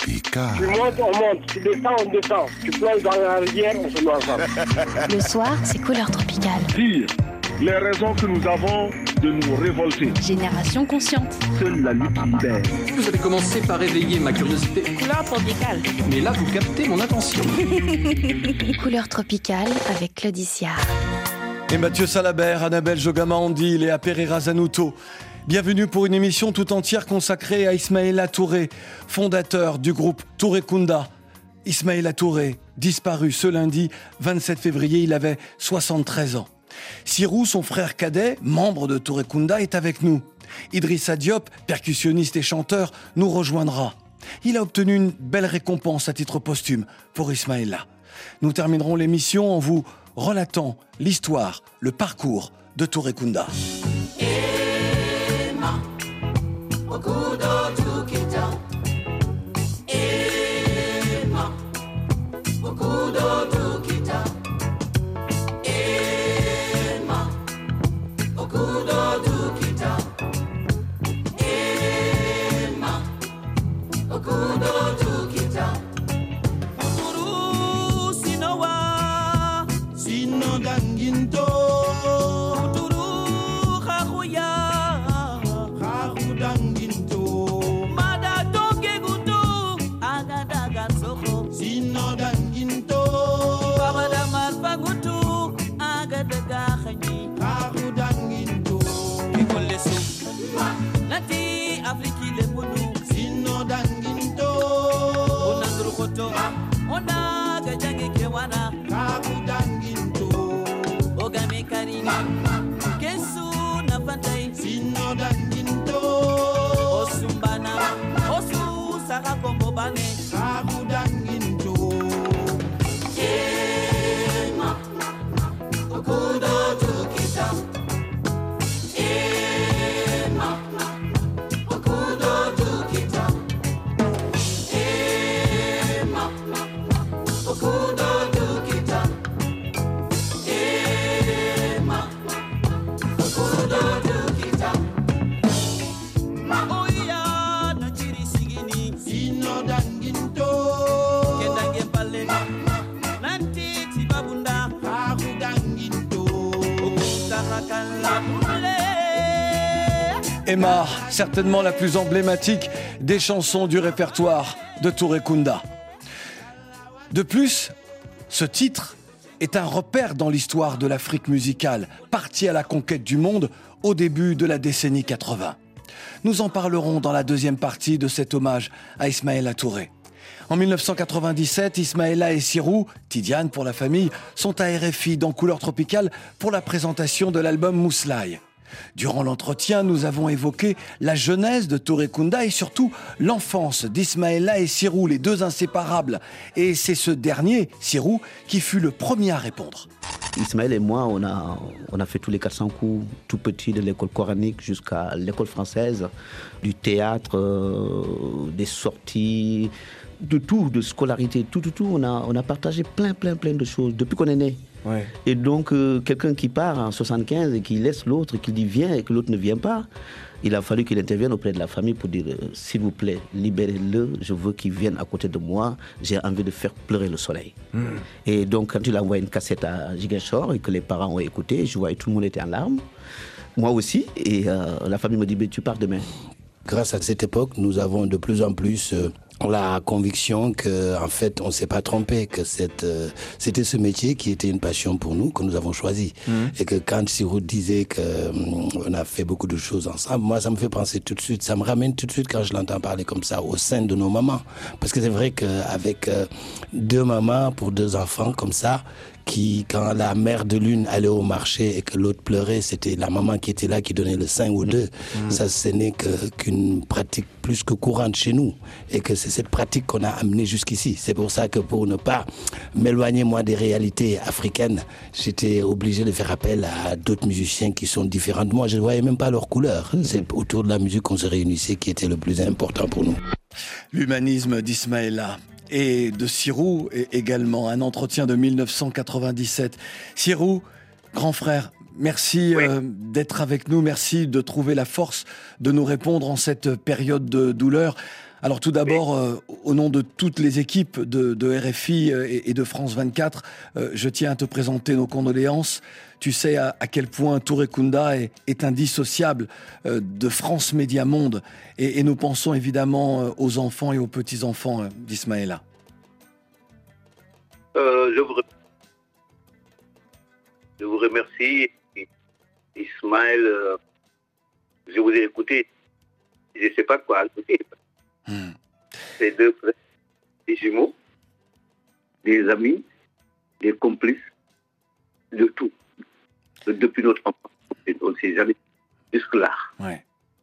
Tu montes, on monte. Tu descends, on descend. Tu plonges dans la rivière, on se noie ensemble. Le soir, c'est couleur tropicale. Dire les raisons que nous avons de nous révolter. Génération consciente. Seule la lutte libère. Vous avez commencé par éveiller ma curiosité. Couleur tropicale. Mais là, vous captez mon attention. Couleur tropicale avec Claudicia. Et Mathieu Salabert, Annabelle Jogama-Andy, Léa Pereira Zanuto. Bienvenue pour une émission tout entière consacrée à Ismaïla Touré, fondateur du groupe Touré Kunda. Ismaïla Touré, disparu ce lundi 27 février, il avait 73 ans. Sirou, son frère cadet, membre de Touré Kunda, est avec nous. Idrissa Diop, percussionniste et chanteur, nous rejoindra. Il a obtenu une belle récompense à titre posthume pour Ismaïla. Nous terminerons l'émission en vous relatant l'histoire, le parcours de Touré Kunda. Emma, certainement la plus emblématique des chansons du répertoire de Touré Kunda. De plus, ce titre est un repère dans l'histoire de l'Afrique musicale, partie à la conquête du monde au début de la décennie 80. Nous en parlerons dans la deuxième partie de cet hommage à Ismaïla Touré. En 1997, Ismaïla et Sirou, Tidiane pour la famille, sont à RFI dans Couleur Tropicale pour la présentation de l'album Mousslaï. Durant l'entretien, nous avons évoqué la genèse de Touré Kunda et surtout l'enfance d'Ismaïla et Sirou, les deux inséparables. Et c'est ce dernier, Sirou, qui fut le premier à répondre. Ismaël et moi, on a fait tous les 400 coups, tout petit, de l'école coranique jusqu'à l'école française, du théâtre, des sorties, de tout, de scolarité, tout. On a partagé plein de choses depuis qu'on est né. Ouais. Et donc, quelqu'un qui part en 75 et qui laisse l'autre, et qui dit viens et que l'autre ne vient pas, il a fallu qu'il intervienne auprès de la famille pour dire s'il vous plaît, libérez-le, je veux qu'il vienne à côté de moi, j'ai envie de faire pleurer le soleil. Et donc, quand il a envoyé une cassette à Ziguinchor et que les parents ont écouté, je voyais tout le monde était en larmes, moi aussi, et la famille me dit tu pars demain. Grâce à cette époque, nous avons de plus en plus la conviction que, en fait, on s'est pas trompé, que c'était ce métier qui était une passion pour nous, que nous avons choisi. Et que quand Sirou disait qu'on a fait beaucoup de choses ensemble, moi, ça me fait penser tout de suite, ça me ramène tout de suite quand je l'entends parler comme ça, au sein de nos mamans. Parce que c'est vrai qu'avec deux mamans pour deux enfants comme ça, quand la mère de l'une allait au marché et que l'autre pleurait, c'était la maman qui était là, qui donnait le sein aux deux. Ça, ce n'est qu'une pratique plus que courante chez nous. Et que c'est cette pratique qu'on a amenée jusqu'ici. C'est pour ça que pour ne pas m'éloigner, moi, des réalités africaines, j'étais obligé de faire appel à d'autres musiciens qui sont différents de moi. Je ne voyais même pas leur couleur. C'est autour de la musique qu'on se réunissait qui était le plus important pour nous. L'humanisme d'Ismaïla. Et de Sirou également, un entretien de 1997. Sirou, grand frère, merci d'être avec nous, merci de trouver la force de nous répondre en cette période de douleur. Alors tout d'abord, au nom de toutes les équipes de RFI et de France 24, je tiens à te présenter nos condoléances. Tu sais à quel point Touré Kunda est indissociable de France Média Monde. Et nous pensons évidemment aux enfants et aux petits-enfants d'Ismaïla. Je vous remercie. Ismaël, je vous ai écouté. Je ne sais pas quoi ajouter. C'est deux frères, des jumeaux, des amis, des complices, de tout. Depuis notre enfance, on ne s'est jamais jusque-là. Ouais.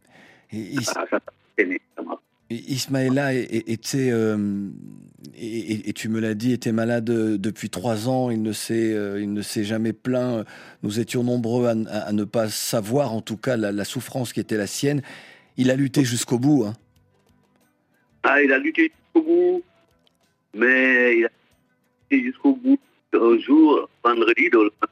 Ismaïla était, et tu me l'as dit, était malade depuis 3 ans. Il ne s'est jamais plaint. Nous étions nombreux à ne pas savoir, en tout cas, la souffrance qui était la sienne. Il a lutté jusqu'au bout. Hein. Il a lutté jusqu'au bout, mais il a lutté jusqu'au bout. Un jour, vendredi,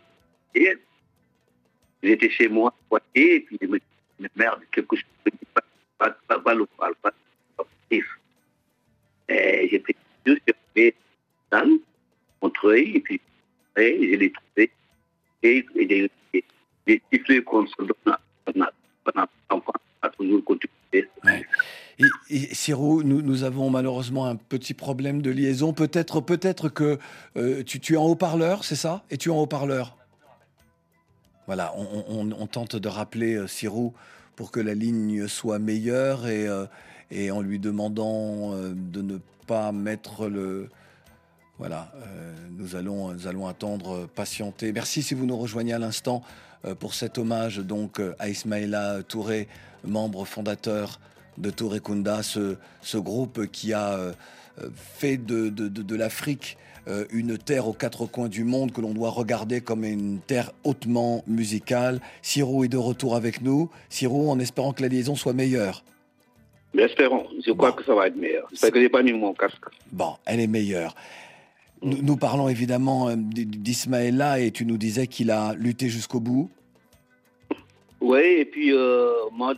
j'étais chez moi, et puis je me dis, merde, quelque chose, pas local, pas positif. Et j'ai pris juste dans Montreuil, et puis je l'ai trouvé, et des sifflets qu'on se donne pendant l'enfant, a toujours continué. Ouais. Et Sirou, nous avons malheureusement un petit problème de liaison. Peut-être que tu es en haut-parleur, c'est ça? Es-tu en haut-parleur? Voilà, on tente de rappeler Sirou pour que la ligne soit meilleure et en lui demandant de ne pas mettre le... Voilà, nous allons attendre, patienter. Merci si vous nous rejoignez à l'instant pour cet hommage donc à Ismaïla Touré, membre fondateur de Touré Kunda, ce groupe qui a fait de l'Afrique une terre aux 4 coins du monde que l'on doit regarder comme une terre hautement musicale. Sirou est de retour avec nous. Sirou, en espérant que la liaison soit meilleure. Espérons, je crois que ça va être meilleur. J'espère que je n'ai pas mis mon casque. Bon, elle est meilleure. Nous parlons évidemment d'Ismaïla et tu nous disais qu'il a lutté jusqu'au bout. Oui, et puis moi,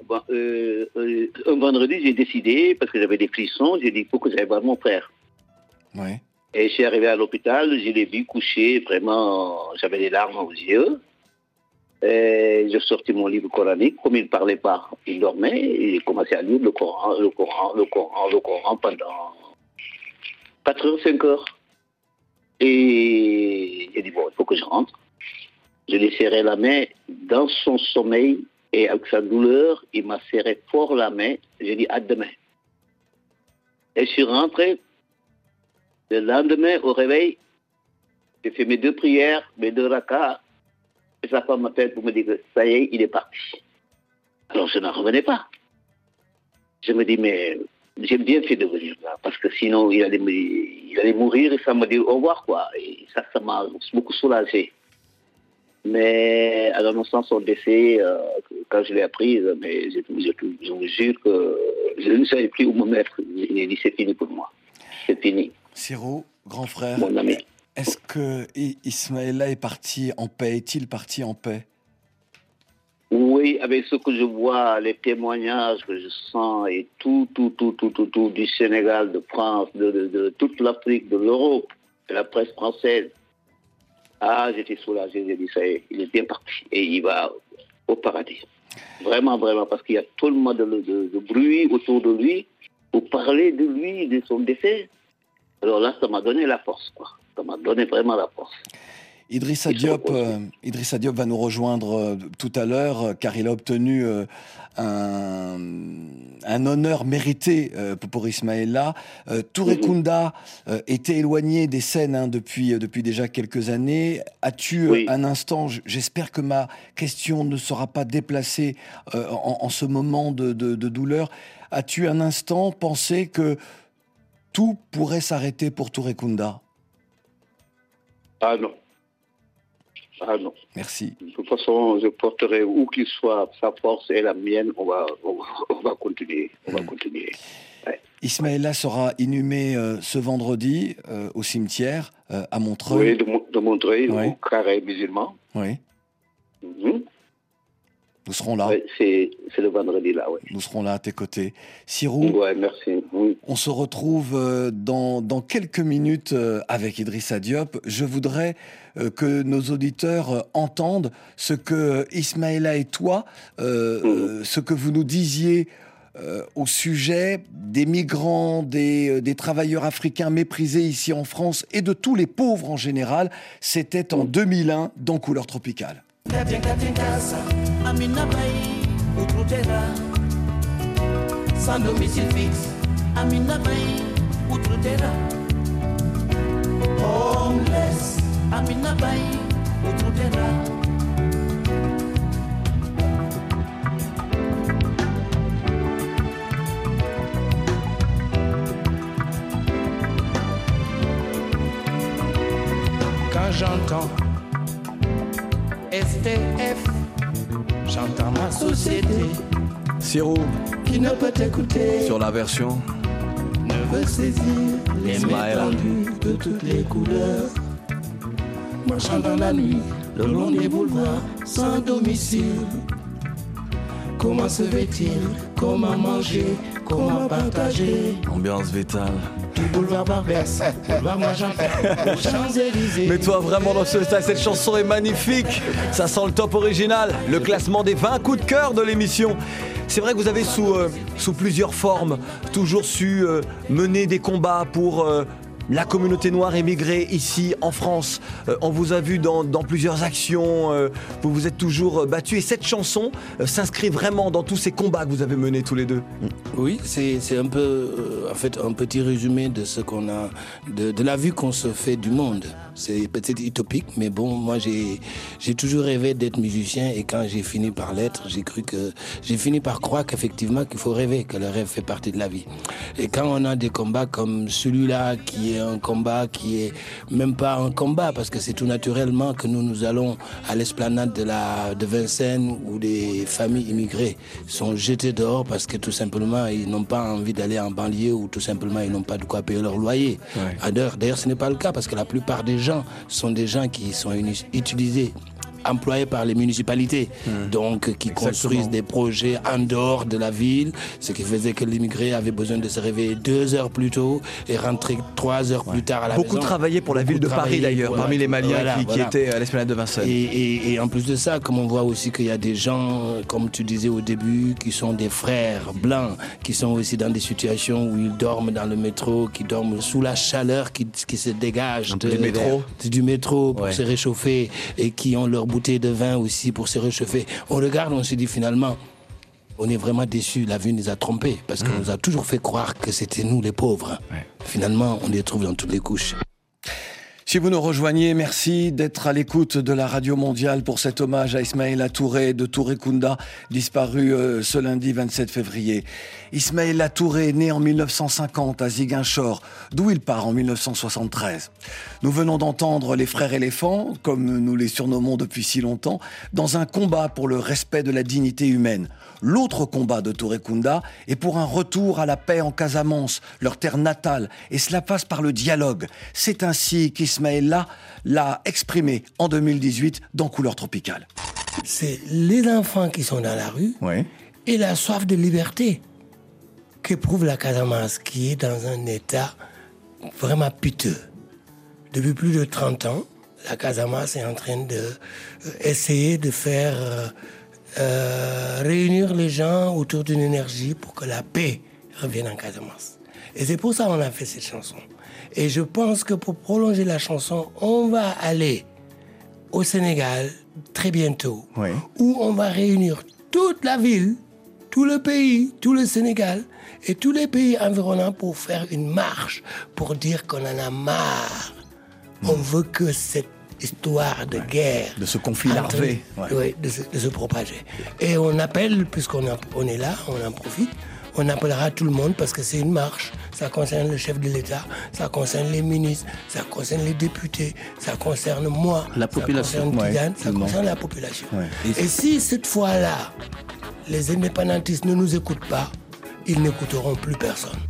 un vendredi, j'ai décidé, parce que j'avais des frissons, j'ai dit il faut que j'aille voir mon frère. Oui. Et je suis arrivé à l'hôpital, je l'ai vu coucher, vraiment, j'avais des larmes aux yeux. Et j'ai sorti mon livre coranique, comme il ne parlait pas, il dormait, et j'ai commencé à lire le Coran pendant 4 heures, 5 heures. Et j'ai dit, bon, il faut que je rentre. Je lui serrai la main dans son sommeil, et avec sa douleur, il m'a serré fort la main. J'ai dit, à demain. Et je suis rentré. Le lendemain, au réveil, j'ai fait mes 2 prières, mes 2 rakas. Et sa femme m'appelle pour me dire que ça y est, il est parti. Alors je n'en revenais pas. Je me dis, mais j'ai bien fait de venir là, parce que sinon il allait mourir et ça me dit au revoir, quoi. Et ça m'a beaucoup soulagé. Mais à l'annonçant son décès, quand je l'ai appris, mais je vous jure que je ne savais plus où me mettre. Il a dit, c'est fini pour moi. C'est fini. Sirou, grand frère, mon ami. Est-ce que Ismaïla est parti en paix? Est-il parti en paix? Oui, avec ce que je vois, les témoignages que je sens et tout du Sénégal, de France, de toute l'Afrique, de l'Europe, de la presse française. J'étais soulagé, j'ai dit ça y est, il est bien parti et il va au paradis. Vraiment, vraiment, parce qu'il y a tellement de bruit autour de lui pour parler de lui, de son décès. Alors là, ça m'a donné la force, quoi. Ça m'a donné vraiment la force. Idrissa Diop va nous rejoindre tout à l'heure, car il a obtenu un honneur mérité pour Ismaïla. Touré Kunda était éloigné des scènes depuis déjà quelques années. As-tu un instant, j'espère que ma question ne sera pas déplacée en ce moment de douleur, as-tu un instant pensé que tout pourrait s'arrêter pour Touré Kunda? Ah non. Merci. De toute façon, je porterai où qu'il soit sa force et la mienne. On va continuer. On va continuer. Ouais. Ismaïla sera inhumé ce vendredi au cimetière à Montreuil. Oui, de Montreuil, au carré musulman. Oui. Nous serons là. Oui, c'est le vendredi là, oui. Nous serons là à tes côtés. Sirou, Ouais, merci. Oui. on se retrouve dans quelques minutes avec Idrissa Diop. Je voudrais que nos auditeurs entendent ce que Ismaïla et toi, ce que vous nous disiez au sujet des migrants, des travailleurs africains méprisés ici en France et de tous les pauvres en général. C'était en 2001 dans Couleur Tropicale. Sans domicile fixe, Amina Bay, Outre-Terra. Homeless, Amina Bay, Outre-Terra. Quand j'entends STF, j'entends ma société. Sirou, Qui ne peut écouter, sur la version ne veut saisir les étendues de toutes les couleurs. Marchant dans la nuit, le long des boulevards, sans domicile. Comment se vêtir, comment manger, comment partager. ambiance vétale. Du boulevard Barbès, boulevard Magenta, aux Champs-Élysées. Mais toi vraiment dans ce style, cette chanson est magnifique. Ça sent le top original, le classement des 20 coups de cœur de l'émission. C'est vrai que vous avez sous plusieurs formes toujours su mener des combats pour la communauté noire émigrée ici en France. On vous a vu dans plusieurs actions, vous vous êtes toujours battus. Et cette chanson s'inscrit vraiment dans tous ces combats que vous avez menés tous les deux. Oui, c'est un peu, en fait, un petit résumé de ce qu'on a, de la vue qu'on se fait du monde. C'est peut-être utopique, mais bon, moi j'ai toujours rêvé d'être musicien et quand j'ai fini par l'être, j'ai fini par croire qu'effectivement qu'il faut rêver, que le rêve fait partie de la vie. Et quand on a des combats comme celui-là, qui est un combat qui est même pas un combat, parce que c'est tout naturellement que nous allons à l'esplanade de Vincennes où des familles immigrées sont jetées dehors parce que tout simplement ils n'ont pas envie d'aller en banlieue ou tout simplement ils n'ont pas de quoi payer leur loyer. Ouais. D'ailleurs, ce n'est pas le cas parce que la plupart des gens sont des gens qui sont utilisés, employés par les municipalités, donc qui construisent des projets en dehors de la ville, ce qui faisait que l'immigré avait besoin de se réveiller 2 heures plus tôt et rentrer 3 heures plus tard à la maison. Beaucoup travaillaient pour la ville de Paris d'ailleurs, parmi les Maliens qui étaient à l'esplanade de Vincennes. Et en plus de ça, comme on voit aussi qu'il y a des gens, comme tu disais au début, qui sont des frères blancs, qui sont aussi dans des situations où ils dorment dans le métro, qui dorment sous la chaleur qui se dégage du métro pour se réchauffer et qui ont leur bouteille de vin aussi pour se réchauffer. On regarde, on se dit finalement, on est vraiment déçus, la vie nous a trompés parce qu'on nous a toujours fait croire que c'était nous les pauvres. Ouais. Finalement, on les trouve dans toutes les couches. Si vous nous rejoignez, merci d'être à l'écoute de la Radio Mondiale pour cet hommage à Ismaïla Touré de Touré Kunda, disparu ce lundi 27 février. Ismaïla Touré est né en 1950 à Ziguinchor, d'où il part en 1973. Nous venons d'entendre les frères éléphants, comme nous les surnommons depuis si longtemps, dans un combat pour le respect de la dignité humaine. L'autre combat de Touré Kunda est pour un retour à la paix en Casamance, leur terre natale, et cela passe par le dialogue. C'est ainsi qu'Ismaïla l'a exprimé en 2018 dans Couleur Tropicale. C'est les enfants qui sont dans la rue et la soif de liberté qu'éprouve la Casamance, qui est dans un état vraiment piteux. Depuis plus de 30 ans, la Casamance est en train d'essayer de faire réunir les gens autour d'une énergie pour que la paix revienne en Casamance. Et c'est pour ça qu'on a fait cette chanson. Et je pense que pour prolonger la chanson, on va aller au Sénégal très bientôt, où on va réunir toute la ville, tout le pays, tout le Sénégal et tous les pays environnants pour faire une marche, pour dire qu'on en a marre. On veut que cette histoire de guerre, de ce conflit larvé, de se propager. Et on appelle, puisqu'on est là, on en profite, on appellera tout le monde parce que c'est une marche. Ça concerne le chef de l'État, ça concerne les ministres, ça concerne les députés, ça concerne moi, la population, ça concerne Tidane, ça concerne la population. Et si cette fois-là, les indépendantistes ne nous écoutent pas, ils n'écouteront plus personne.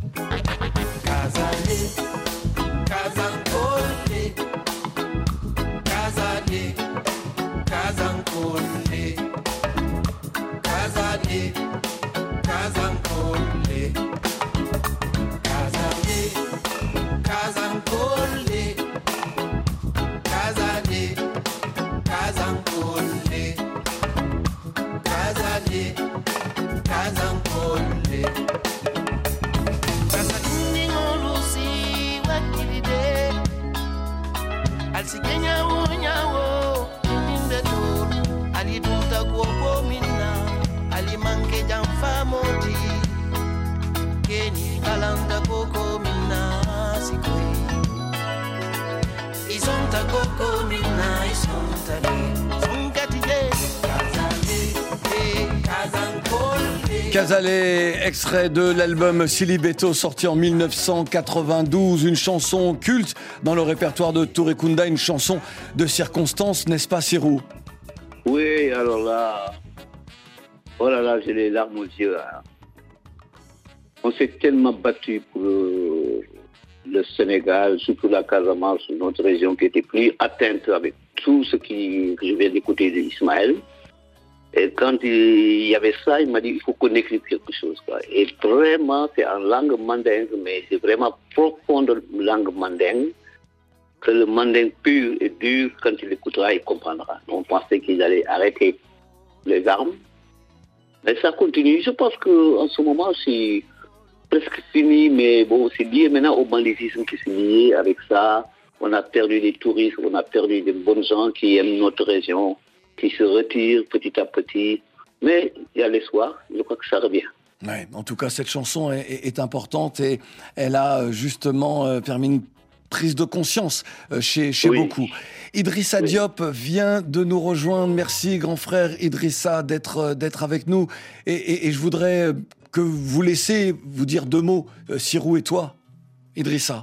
Casale, extrait de l'album Silibeto sorti en 1992, une chanson culte dans le répertoire de Touré Kunda, une chanson de circonstance, n'est-ce pas Sirou? Oui, alors là, oh là là, j'ai les larmes aux yeux. Hein. On s'est tellement battu pour le Sénégal, surtout la Casamance, notre région qui était plus atteinte avec tout ce que je viens d'écouter d'Ismaël. Et quand il y avait ça, il m'a dit il faut qu'on écrive quelque chose. Quoi. Et vraiment, c'est en langue mandingue, mais c'est vraiment profonde langue mandingue, que le mandingue pur et dur, quand il écoutera, il comprendra. On pensait qu'ils allaient arrêter les armes. Mais ça continue. Je pense qu'en ce moment, c'est presque fini, mais bon, c'est lié maintenant au banditisme qui s'est lié avec ça. On a perdu des touristes, on a perdu des bonnes gens qui aiment notre région, qui se retirent petit à petit. Mais il y a l'espoir, je crois que ça revient. Ouais, en tout cas, cette chanson est importante et elle a justement permis une prise de conscience chez beaucoup. Idrissa Diop vient de nous rejoindre. Merci, grand frère Idrissa, d'être avec nous. Et je voudrais que vous laissiez vous dire deux mots, Sirou et toi, Idrissa.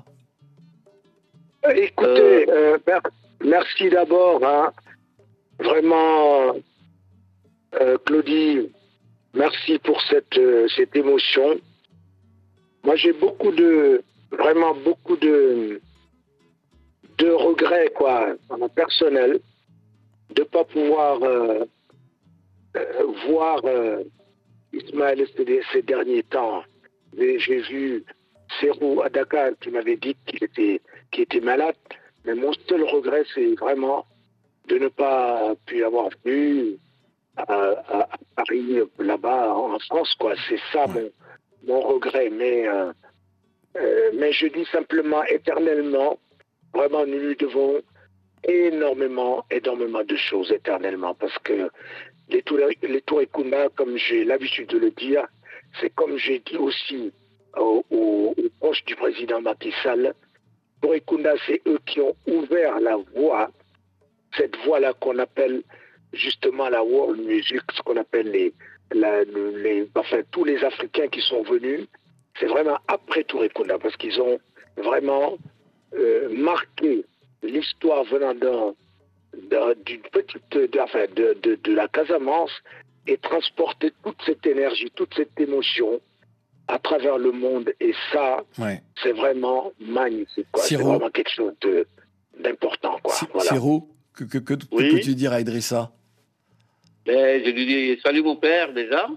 Écoutez, merci d'abord. Hein. Vraiment, Claudie, merci pour cette émotion. Moi, j'ai vraiment beaucoup de regrets, quoi, personnels, de ne pas pouvoir voir Ismaël ces derniers temps. Mais j'ai vu Serrou à Dakar qui m'avait dit qu'il était malade. Mais mon seul regret, c'est vraiment de ne pas pu avoir vu à Paris, là-bas, en France, quoi. C'est ça mon regret. Mais je dis simplement, éternellement, vraiment, nous lui devons énormément de choses, éternellement. Parce que les Touré Kunda, comme j'ai l'habitude de le dire, c'est comme j'ai dit aussi aux proches du président Macky Sall, Touré Kunda, c'est eux qui ont ouvert la voie, cette voie-là qu'on appelle justement la world music, ce qu'on appelle tous les Africains qui sont venus, c'est vraiment après Touré Kunda, parce qu'ils ont vraiment marqué l'histoire venant d'une petite, de la Casamance et transporté toute cette énergie, toute cette émotion à travers le monde. Et ça, c'est vraiment magnifique. Quoi. C'est vraiment quelque chose d'important. Voilà. Sirou, que peux-tu dire à Idrissa? Je lui dis salut mon père déjà.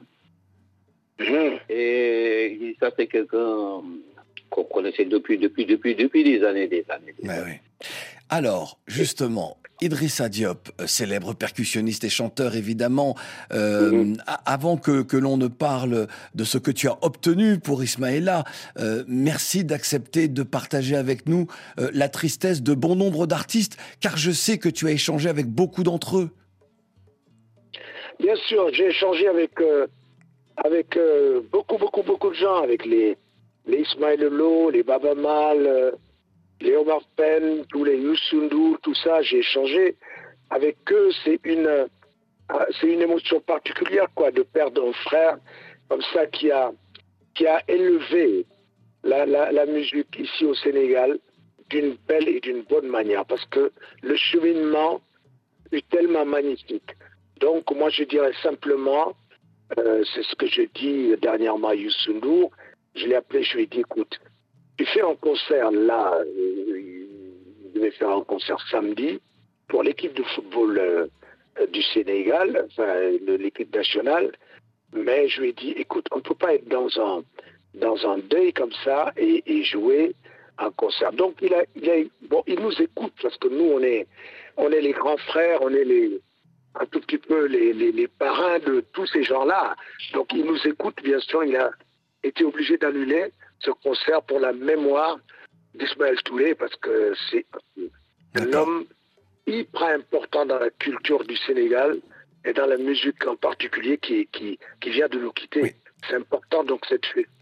Et ça, c'est quelqu'un qu'on connaissait depuis des années. Oui. Alors, justement, Idrissa Diop, célèbre percussionniste et chanteur, évidemment, avant que l'on ne parle de ce que tu as obtenu pour Ismaëla, merci d'accepter de partager avec nous la tristesse de bon nombre d'artistes, car je sais que tu as échangé avec beaucoup d'entre eux. Bien sûr, j'ai échangé avec beaucoup de gens, avec les Ismaël Lo, les Baba Mal, les Omar Penn, tous les Youssou N'Dour, tout ça, j'ai échangé avec eux. C'est une émotion particulière, quoi, de perdre un frère comme ça qui a élevé la musique ici au Sénégal d'une belle et d'une bonne manière, parce que le cheminement est tellement magnifique. Donc, moi, je dirais simplement, c'est ce que je dis dernièrement à Youssou N'Dour, je l'ai appelé, je lui ai dit, écoute, tu fais un concert là, il devait faire un concert samedi pour l'équipe de football du Sénégal, l'équipe nationale, mais je lui ai dit, écoute, on ne peut pas être dans un deuil comme ça et jouer un concert. Donc il nous écoute parce que nous on est les grands frères, on est un tout petit peu les parrains de tous ces gens-là. Donc il nous écoute, bien sûr, il a été obligé d'annuler ce concert pour la mémoire d'Ismaël Touré, parce que c'est un homme hyper important dans la culture du Sénégal et dans la musique en particulier qui vient de nous quitter. Oui. C'est important, donc cette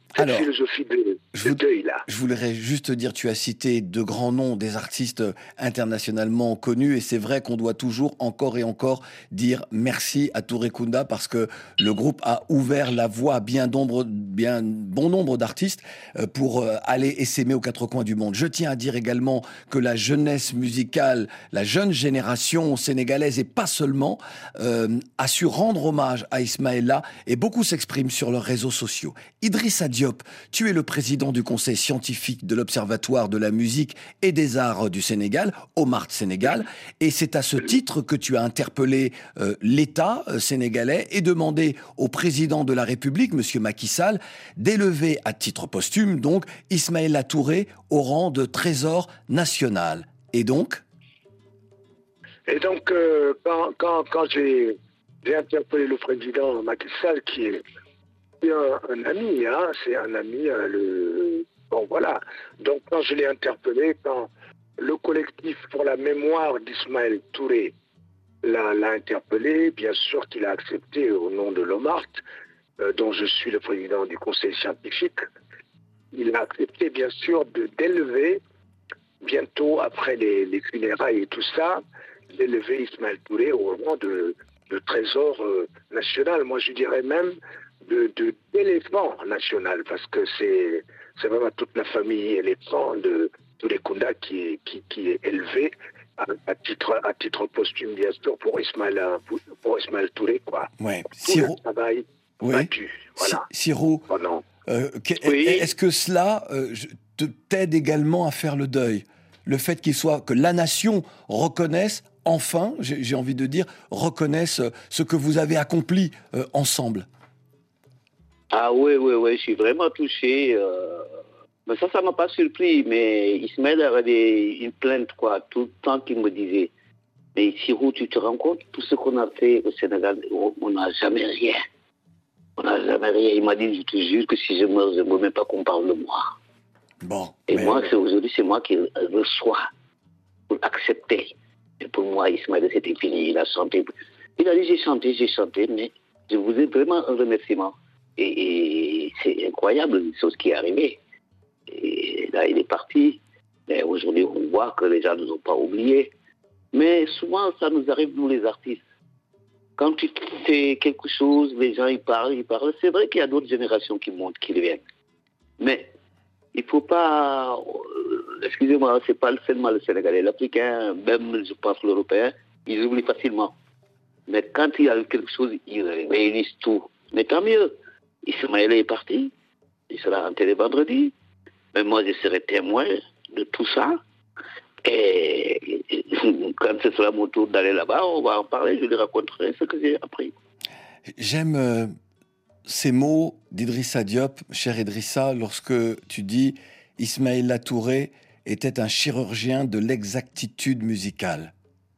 cette Alors, philosophie de deuil-là. Je voudrais juste dire, tu as cité de grands noms, des artistes internationalement connus, et c'est vrai qu'on doit toujours, encore et encore, dire merci à Touré Kunda, parce que le groupe a ouvert la voie à bien bon nombre d'artistes pour aller essaimer aux quatre coins du monde. Je tiens à dire également que la jeunesse musicale, la jeune génération sénégalaise, et pas seulement, a su rendre hommage à Ismaëlla, et beaucoup s'expriment sur leurs réseaux sociaux. Idrissa Diop, tu es le président du conseil scientifique de l'Observatoire de la musique et des arts du Sénégal, OMART Sénégal, et c'est à ce titre que tu as interpellé l'État sénégalais et demandé au président de la République, M. Macky Sall, d'élever à titre posthume donc Ismaëlla Touré au rang de trésor national. Et donc, quand j'ai interpellé le président Macky Sall, qui est un ami, hein, c'est un ami, bon voilà. Donc quand je l'ai interpellé, quand le collectif pour la mémoire d'Ismaël Touré l'a interpellé, bien sûr qu'il a accepté au nom de l'OMART, dont je suis le président du conseil scientifique, il a accepté bien sûr d'élever, bientôt après les funérailles et tout ça, d'élever Ismaël Touré au rang de trésor national. Moi je dirais même d'éléphant national, parce que c'est vraiment toute la famille éléphant de Touré Kunda qui est élevé à titre posthume, bien sûr, pour Ismaël Touré, quoi. Ouais. Tout le travail battu, voilà. Sirou, oh non. Est-ce que cela t'aide également à faire le deuil? Le fait que la nation reconnaisse, enfin, j'ai envie de dire, reconnaisse ce que vous avez accompli ensemble. Ah oui, je suis vraiment touché. Mais ça m'a pas surpris. Mais Ismaël avait une plainte, quoi, tout le temps qu'il me disait. Mais Sirou, tu te rends compte, tout ce qu'on a fait au Sénégal, on n'a jamais rien. On n'a jamais rien. Il m'a dit, je te jure que si je meurs, je ne veux même pas qu'on parle de moi. Bon. Et moi, aujourd'hui, c'est moi qui reçois pour accepter. Et pour moi, Ismaël, c'était fini. Il a chanté. Il a dit, j'ai chanté, mais je vous ai vraiment un remerciement. Et c'est incroyable, une chose qui est arrivée. Et là, il est parti. Mais aujourd'hui, on voit que les gens ne nous ont pas oubliés. Mais souvent, ça nous arrive, nous, les artistes. Quand tu fais quelque chose, les gens, ils parlent. C'est vrai qu'il y a d'autres générations qui montent, qui viennent. Mais il ne faut pas... excusez-moi, c'est pas seulement le Sénégalais. L'Africain, même, je pense, l'Européen, ils oublient facilement. Mais quand il y a quelque chose, ils réunissent tout. Mais tant mieux. Ismaël est parti. Il sera enterré vendredi. Mais moi, je serai témoin de tout ça. Et quand ce sera mon tour d'aller là-bas, on va en parler. Je lui raconterai ce que j'ai appris. J'aime ces mots d'Idrissa Diop, cher Idrissa, lorsque tu dis Ismaëlla Touré était un chirurgien de l'exactitude musicale.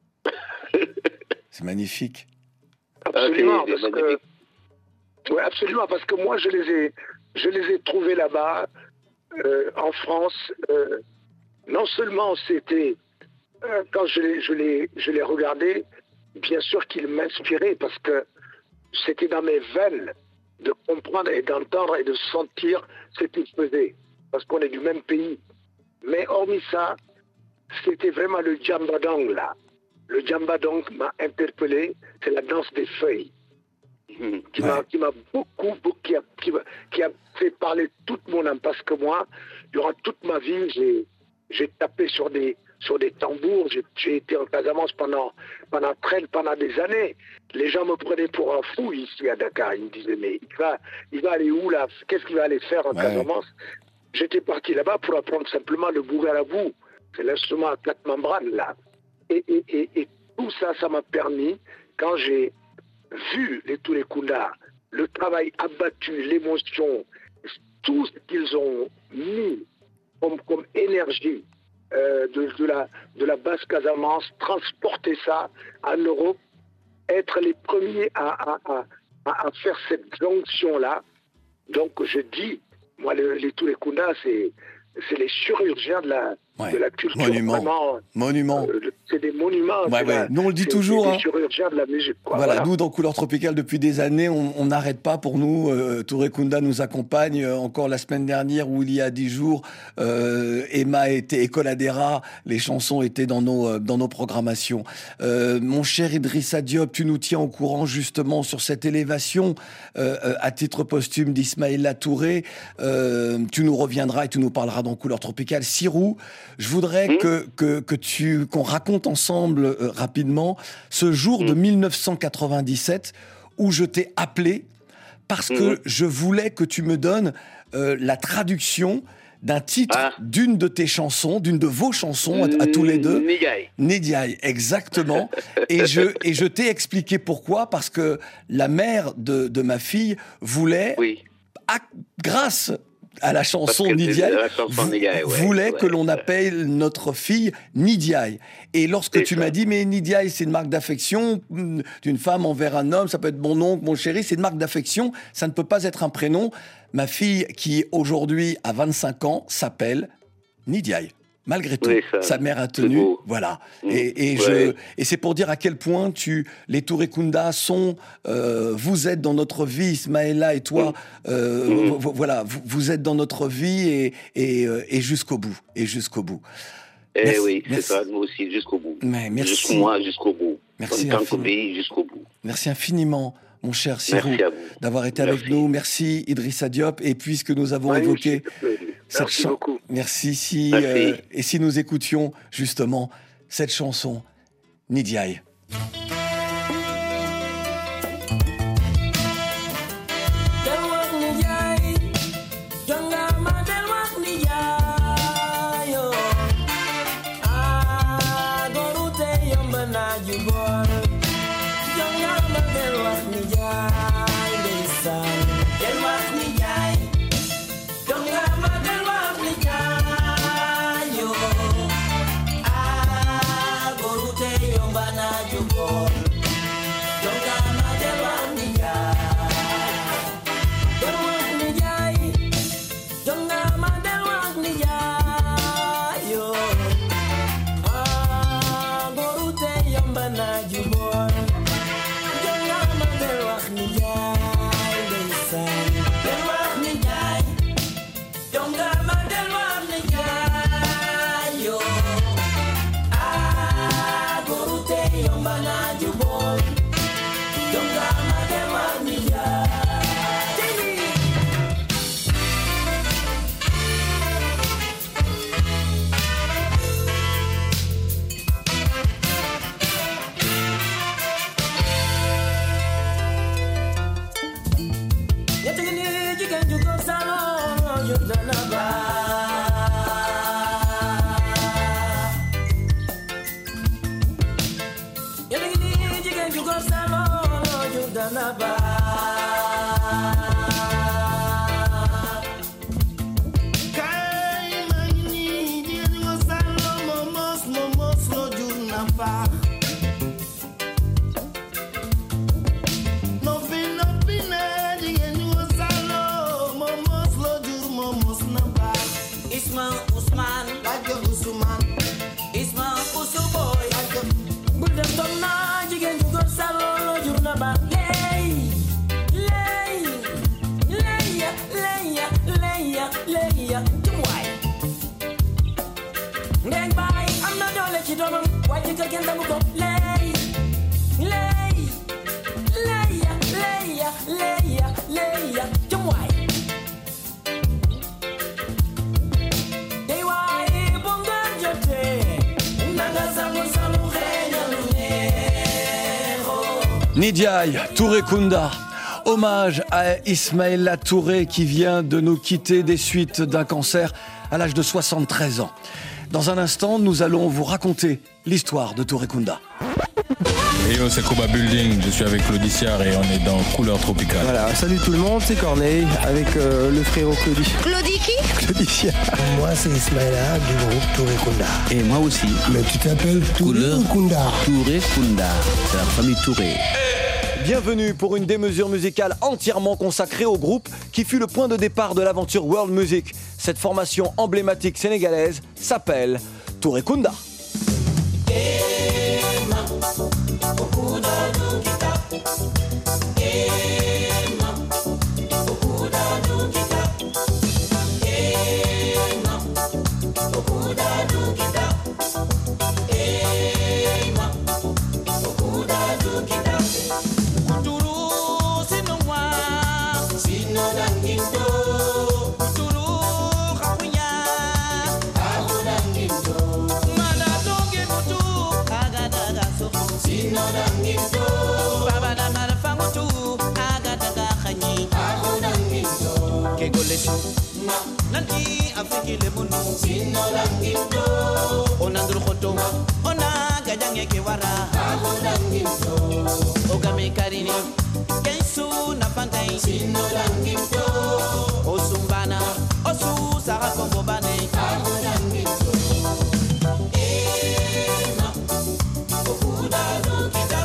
C'est magnifique. Absolument, absolument, parce que moi je les ai trouvés là-bas, en France. Non seulement c'était, quand je les regardais, bien sûr qu'ils m'inspiraient, parce que c'était dans mes veines de comprendre et d'entendre et de sentir ce qu'ils faisaient, parce qu'on est du même pays. Mais hormis ça, c'était vraiment le djambadong là. Le djambadong m'a interpellé, c'est la danse des feuilles. Qui m'a beaucoup, qui a fait parler toute mon âme, parce que moi, durant toute ma vie, j'ai tapé sur des tambours, j'ai été en Casamance pendant des années. Les gens me prenaient pour un fou ici à Dakar. Ils me disaient, mais il va aller où là? Qu'est-ce qu'il va aller faire en Casamance? J'étais parti là-bas pour apprendre simplement le bougarabou. C'est l'instrument à 4 membranes là. Et tout ça, ça m'a permis, quand j'ai vu les Touré Kunda, le travail abattu, l'émotion, tout ce qu'ils ont mis comme énergie de la basse Casamance, transporter ça en Europe, être les premiers à faire cette jonction-là. Donc je dis, moi les Touré Kunda, c'est les chirurgiens de Ouais. de la culture. Monument. Vraiment, Monument. c'est des monuments. Ouais, c'est ouais. Nous, on le dit toujours. C'est des chirurgiens de la musique. Quoi. Voilà, nous, dans Couleur Tropicale, depuis des années, on n'arrête pas pour nous. Touré Kunda nous accompagne. Encore la semaine dernière, où il y a 10 jours, Emma était Ecoladera. Les chansons étaient dans nos programmations. Mon cher Idrissa Diop, tu nous tiens au courant justement sur cette élévation à titre posthume d'Ismaïla Touré. Tu nous reviendras et tu nous parleras dans Couleur Tropicale. Sirou, je voudrais qu'on raconte ensemble rapidement ce jour de 1997 où je t'ai appelé parce que je voulais que tu me donnes la traduction d'un titre d'une de tes chansons, d'une de vos chansons à tous les deux. Nidiaye, exactement. et je t'ai expliqué pourquoi, parce que la mère de ma fille voulait, grâce à la chanson Nidiaye, voulait que l'on appelle notre fille Nidiaye. Et lorsque tu m'as dit, mais Nidiaye, c'est une marque d'affection d'une femme envers un homme, ça peut être mon oncle, mon chéri, c'est une marque d'affection, ça ne peut pas être un prénom. Ma fille, qui aujourd'hui a 25 ans, s'appelle Nidiaye. Malgré tout, sa mère a tenu, voilà. Et c'est pour dire à quel point les Touré Kunda sont, vous êtes dans notre vie, Ismaïla et toi, voilà, vous êtes dans notre vie et jusqu'au bout, Merci, oui, c'est ça, nous aussi, jusqu'au bout. Merci. Moi, jusqu'au bout. Merci en tant que pays, jusqu'au bout. Merci infiniment, mon cher Sirou, d'avoir été avec nous. Merci Idrissa Diop. Et puisque nous avons évoqué cette chanson, merci. Et si nous écoutions justement cette chanson, Nidiaye. Nidiaye, Touré Kunda, hommage à Ismaïla Touré qui vient de nous quitter des suites d'un cancer à l'âge de 73 ans. Dans un instant, nous allons vous raconter l'histoire de Touré Kunda. Yo, c'est Koba Building, je suis avec Claudiciar et on est dans Couleur Tropicale. Voilà, salut tout le monde, c'est Corneille avec le frérot Claudie. Claudie qui? Claudiciar. Moi c'est Ismaïla du groupe Touré Kunda. Et moi aussi. Mais tu t'appelles Touré Kunda. Touré Kunda, c'est la famille Touré. Bienvenue pour une démesure musicale entièrement consacrée au groupe qui fut le point de départ de l'aventure World Music. Cette formation emblématique sénégalaise s'appelle Touré Kunda. Nanti afiki le munu sino langindo onandul khoto ona gajange ke wara langindo ogame karini kensu na pangai sino langindo osumbana osu sara kombo bane langindo ema okuda lukita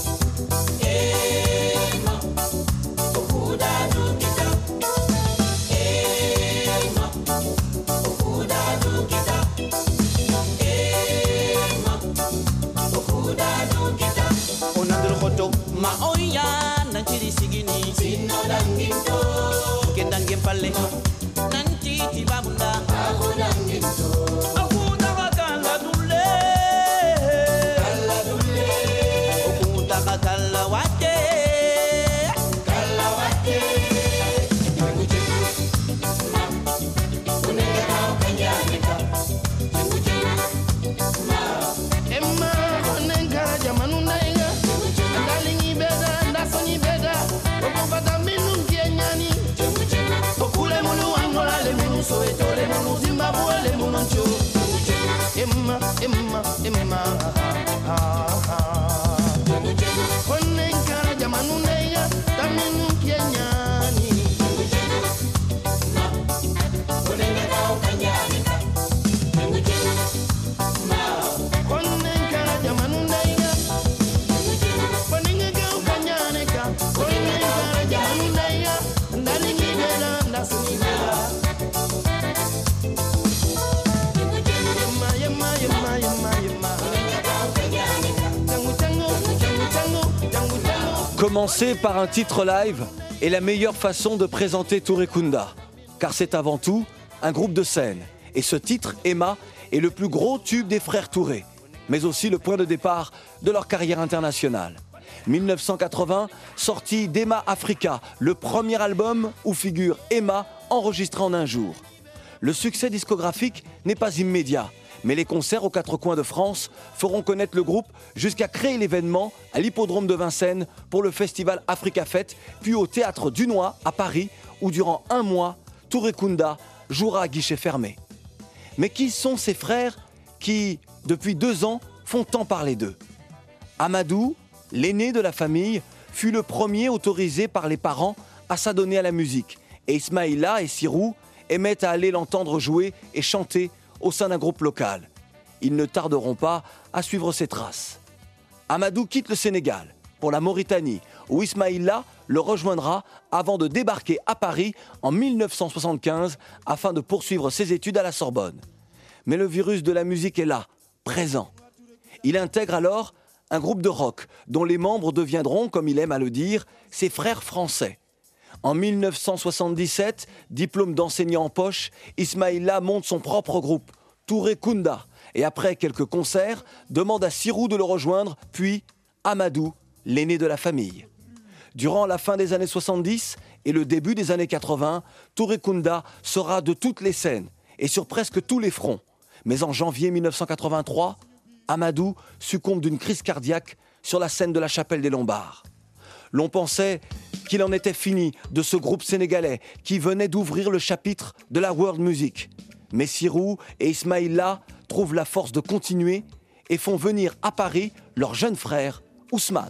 ema okuda lukita ma oya nanchiri sigini sino danginto kendangem palle nanchi tibabunda danginto akuda wakala dulle okuda wakala wate Commencer par un titre live est la meilleure façon de présenter Touré Kunda, car c'est avant tout un groupe de scène. Et ce titre, Emma, est le plus gros tube des frères Touré, mais aussi le point de départ de leur carrière internationale. 1980, sortie d'Emma Africa, le premier album où figure Emma enregistré en un jour. Le succès discographique n'est pas immédiat, mais les concerts aux quatre coins de France feront connaître le groupe jusqu'à créer l'événement à l'hippodrome de Vincennes pour le festival Africa Fête, puis au Théâtre Dunois à Paris, où durant un mois, Touré Kunda jouera à guichet fermé. Mais qui sont ces frères qui, depuis 2 ans, font tant parler d'eux? Amadou, l'aîné de la famille, fut le premier autorisé par les parents à s'adonner à la musique, et Ismaïla et Sirou aimaient à aller l'entendre jouer et chanter au sein d'un groupe local. Ils ne tarderont pas à suivre ses traces. Amadou quitte le Sénégal pour la Mauritanie, où Ismaïla le rejoindra avant de débarquer à Paris en 1975 afin de poursuivre ses études à la Sorbonne. Mais le virus de la musique est là, présent. Il intègre alors un groupe de rock dont les membres deviendront, comme il aime à le dire, ses frères français. En 1977, diplôme d'enseignant en poche, Ismaïla monte son propre groupe, Touré Kunda, et après quelques concerts, demande à Sirou de le rejoindre, puis Amadou, l'aîné de la famille. Durant la fin des années 70 et le début des années 80, Touré Kunda sera de toutes les scènes et sur presque tous les fronts. Mais en janvier 1983, Amadou succombe d'une crise cardiaque sur la scène de la Chapelle des Lombards. L'on pensait qu'il en était fini de ce groupe sénégalais qui venait d'ouvrir le chapitre de la world music. Mais Sirou et Ismaïla trouvent la force de continuer et font venir à Paris leur jeune frère, Ousmane.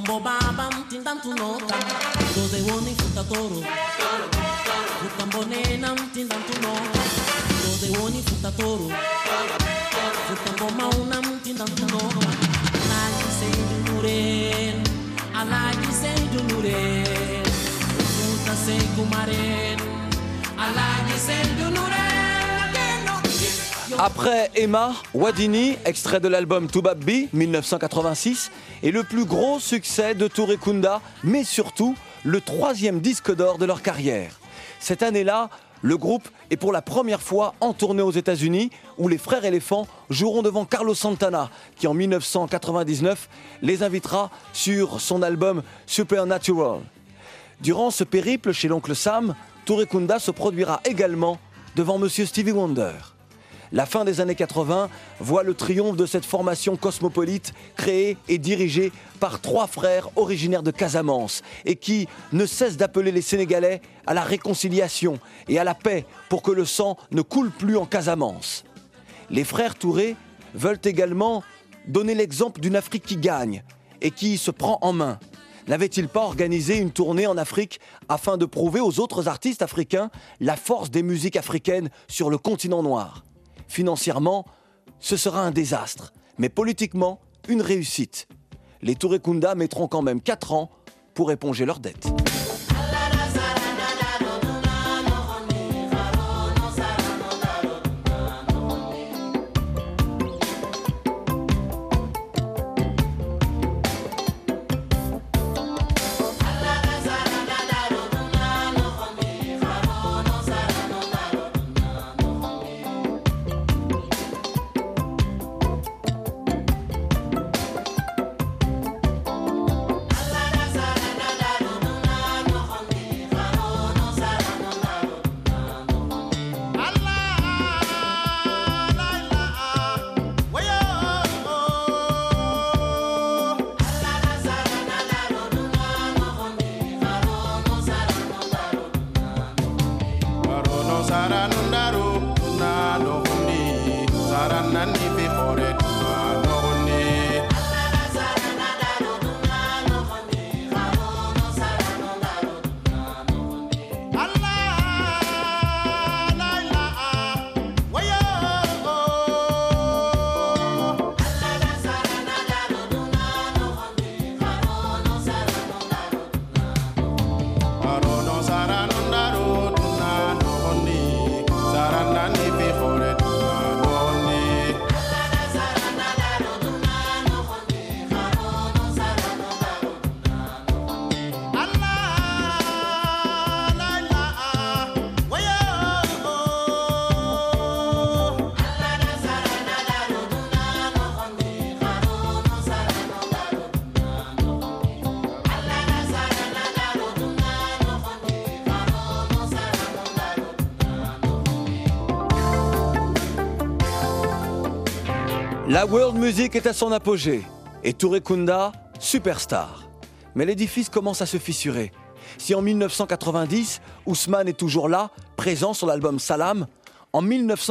Futambo baba mtindantu nota Doze woni futatoro Futambo nena mtindantu nota Doze woni futatoro Futambo mauna mtindantu nota Alaji seidu nuren Alaji seidu nuren Futa seidu maren Alaji seidu nuren. Après Emma, Wadini, extrait de l'album Toubabbi, 1986, est le plus gros succès de Touré Kunda, mais surtout le 3e disque d'or de leur carrière. Cette année-là, le groupe est pour la première fois en tournée aux États-Unis, où les Frères Éléphants joueront devant Carlos Santana, qui en 1999 les invitera sur son album Supernatural. Durant ce périple chez l'oncle Sam, Touré Kunda se produira également devant Monsieur Stevie Wonder. La fin des années 80 voit le triomphe de cette formation cosmopolite créée et dirigée par 3 frères originaires de Casamance et qui ne cessent d'appeler les Sénégalais à la réconciliation et à la paix pour que le sang ne coule plus en Casamance. Les frères Touré veulent également donner l'exemple d'une Afrique qui gagne et qui se prend en main. N'avait-il pas organisé une tournée en Afrique afin de prouver aux autres artistes africains la force des musiques africaines sur le continent noir ? Financièrement, ce sera un désastre, mais politiquement, une réussite. Les Touré Kunda mettront quand même 4 ans pour éponger leurs dettes. La world music est à son apogée et Touré Kunda, superstar. Mais l'édifice commence à se fissurer. Si en 1990, Ousmane est toujours là, présent sur l'album Salam, en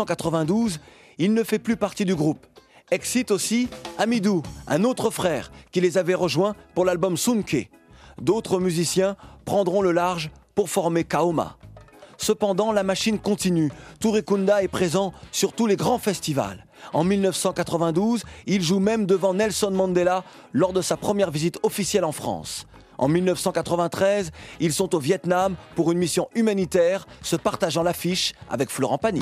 1992, il ne fait plus partie du groupe. Excite aussi Amidou, un autre frère qui les avait rejoints pour l'album Sunke. D'autres musiciens prendront le large pour former Kaoma. Cependant, la machine continue. Touré Kunda est présent sur tous les grands festivals. En 1992, il joue même devant Nelson Mandela lors de sa première visite officielle en France. En 1993, ils sont au Vietnam pour une mission humanitaire, se partageant l'affiche avec Florent Pagny.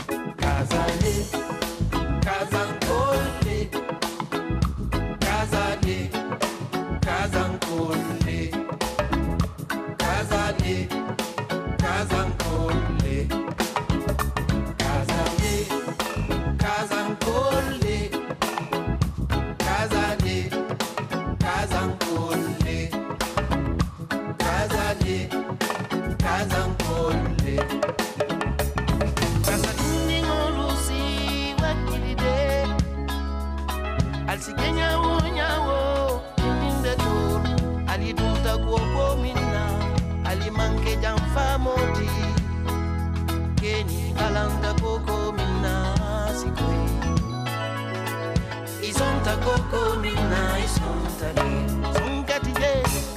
Coco mina, isonta,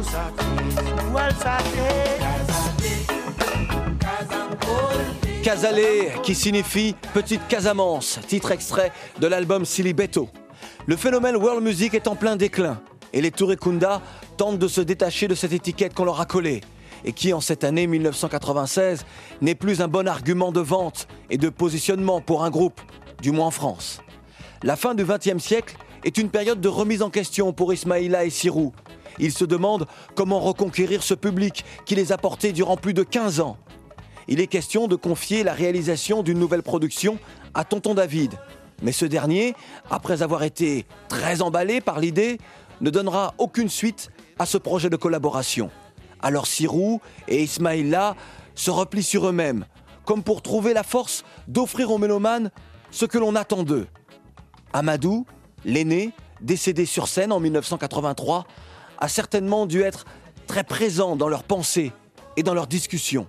Casalé, qui signifie Petite Casamance, titre extrait de l'album Silly Beto. Le phénomène world music est en plein déclin et les Touré Kunda tentent de se détacher de cette étiquette qu'on leur a collée et qui, en cette année 1996, n'est plus un bon argument de vente et de positionnement pour un groupe, du moins en France. La fin du XXe siècle est une période de remise en question pour Ismaïla et Sirou. Ils se demandent comment reconquérir ce public qui les a portés durant plus de 15 ans. Il est question de confier la réalisation d'une nouvelle production à Tonton David. Mais ce dernier, après avoir été très emballé par l'idée, ne donnera aucune suite à ce projet de collaboration. Alors Sirou et Ismaïla se replient sur eux-mêmes, comme pour trouver la force d'offrir aux mélomanes ce que l'on attend d'eux. Amadou, l'aîné, décédé sur scène en 1983, a certainement dû être très présent dans leurs pensées et dans leurs discussions.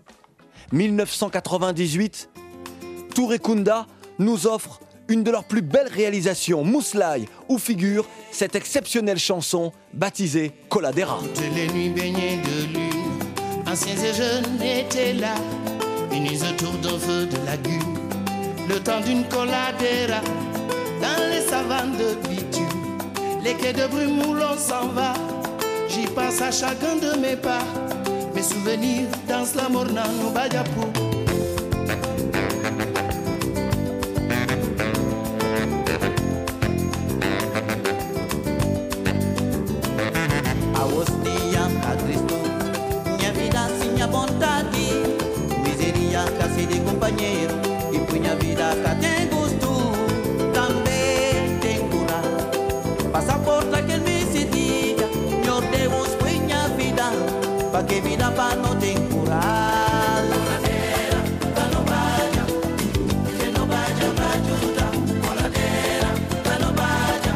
1998, Touré Kunda nous offre une de leurs plus belles réalisations, Mousslaï, où figure cette exceptionnelle chanson baptisée Coladera. Toutes les nuits baignées de lune, anciens et jeunes étaient là, unis autour d'un feu de lagune, le temps d'une coladera, dans les savanes de bitume, les quais de brume où l'on s'en va, j'y pense à chacun de mes pas, mes souvenirs dansent la morna no Badiapou. De companheiro e punha vida cá tem gosto, também tem cura. Passaporte que me se diga, meu Deus punha vida, para que vida para não tem cura. Coladeira, para não vaya, que não vaya para ajudar. Coladeira, para não vaya.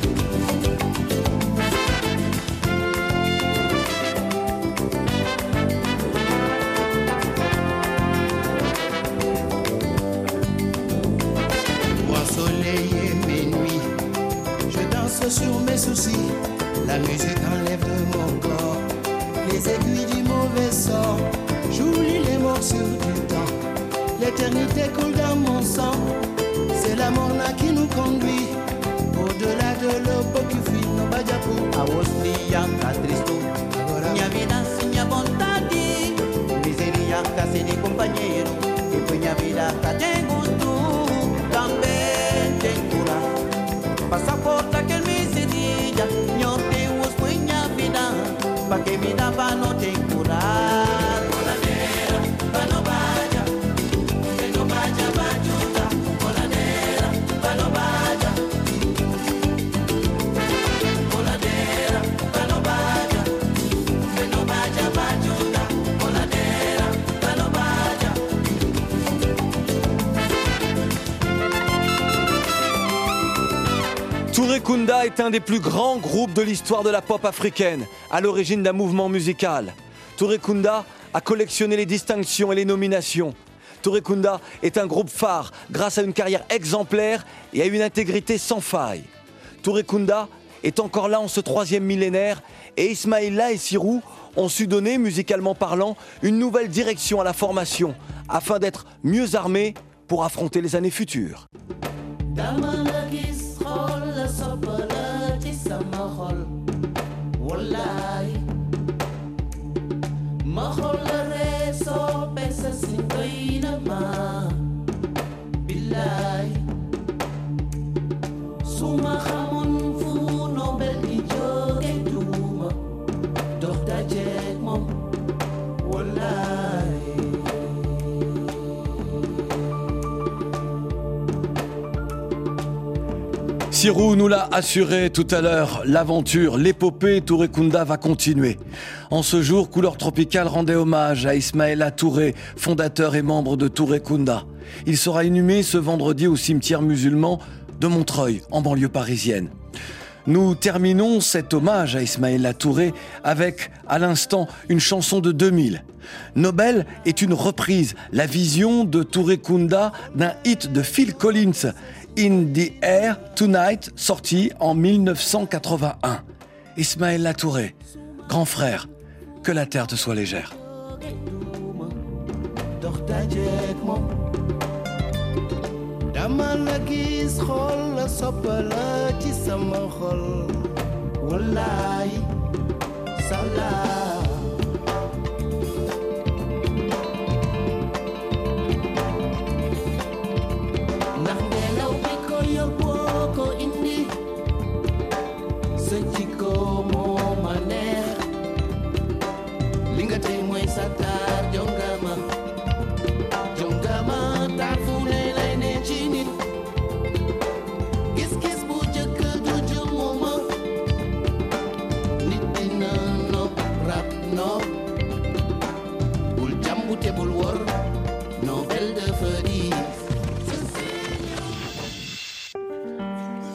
Sur mes soucis, la musique enlève de mon corps les aiguilles du mauvais sort. J'oublie les morsures du temps, l'éternité coule dans mon sang. C'est la morna qui nous conduit au-delà de l'eau qui fuit nos Badiapou. A hostia Cristo, minha vida minha vontade, miseria case de companheiro e punha vida cá tem gosto, também tem cura. Passaporte que me se diga, meu Deus punha vida, para que vida para não tem cura. Coladeira, para não vaya, que não vaya para ajudar. Coladeira, para não vaya. Coladeira, para não vaya, que não vaya para ajudar. Coladeira, para não vaya. Touré Kunda est un des plus grands groupes de l'histoire de la pop africaine, à l'origine d'un mouvement musical. Touré Kunda a collectionné les distinctions et les nominations. Touré Kunda est un groupe phare grâce à une carrière exemplaire et à une intégrité sans faille. Touré Kunda est encore là en ce 3e millénaire et Ismaïla et Sirou ont su donner, musicalement parlant, une nouvelle direction à la formation afin d'être mieux armés pour affronter les années futures. خول صبرتي سما خول والله ما خول ريسو بس سنتين ما بالله سوما خمون فونو بلدي جوغي دوما دوختا جيك مم والله. Sirou nous l'a assuré tout à l'heure, l'aventure, l'épopée Touré Kunda va continuer. En ce jour, Couleur Tropicale rendait hommage à Ismaïla Touré, fondateur et membre de Touré Kunda. Il sera inhumé ce vendredi au cimetière musulman de Montreuil, en banlieue parisienne. Nous terminons cet hommage à Ismaïla Touré avec, à l'instant, une chanson de 2000. Nobel est une reprise, la vision de Touré Kunda d'un hit de Phil Collins, In the Air Tonight, sorti en 1981. Ismaïla Touré, Grand frère, que la terre te soit légère. dama la gis xol la soppala ci sama xol wallaay salaam ndax ngelaw bi ko yóbboo ko indi sa jikko moo ma neex li nga tey mooy sa taar jongama taar fu ne lay ne ci nit gis-gis bu jëkk du jëmuma nit dina nopp rab nopp bul jàmbu te bul wor